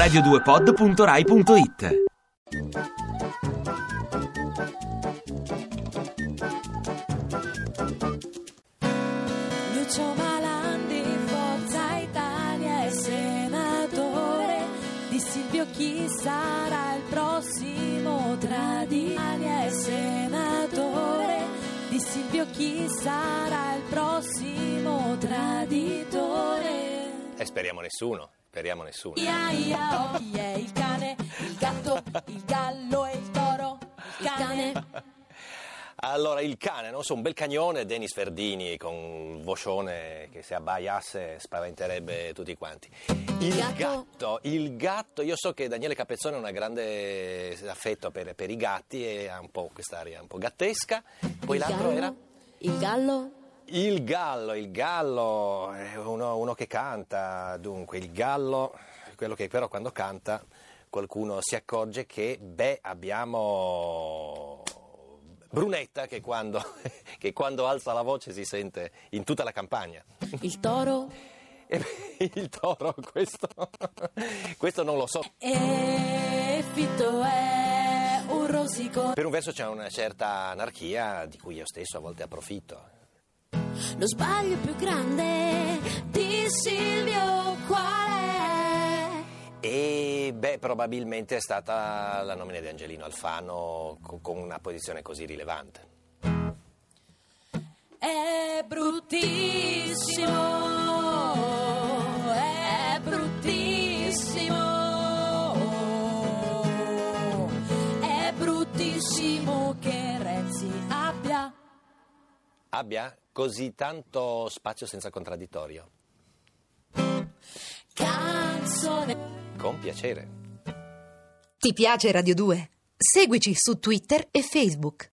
radio2pod.rai.it. Lucio Malandi, Forza Italia, è senatore. Di Silvio chi sarà il prossimo tra di Italia, è senatore. Di Silvio chi sarà il prossimo traditore. Speriamo nessuno. Chi è il cane, il gatto, il gallo e il toro? Il cane. Allora, il cane, non so, un bel cagnone, Denis Verdini con un vocione che se abbaiasse spaventerebbe tutti quanti. Il gatto, io so che Daniele Capezzone ha un grande affetto per i gatti e ha un po' quest'aria un po' gattesca. Poi l'altro era? Il gallo. Il gallo è uno che canta, dunque il gallo, quello che però quando canta qualcuno si accorge che, abbiamo Brunetta che quando alza la voce si sente in tutta la campagna. Il toro. Il toro, questo non lo so. E Fitto è un rosico. Per un verso c'è una certa anarchia di cui io stesso a volte approfitto. Lo sbaglio più grande di Silvio qual è? E probabilmente è stata la nomina di Angelino Alfano con una posizione così rilevante. È bruttissimo, è bruttissimo, è bruttissimo che Renzi abbia così tanto spazio senza contraddittorio. Canzone. Con piacere. Ti piace Radio 2? Seguici su Twitter e Facebook.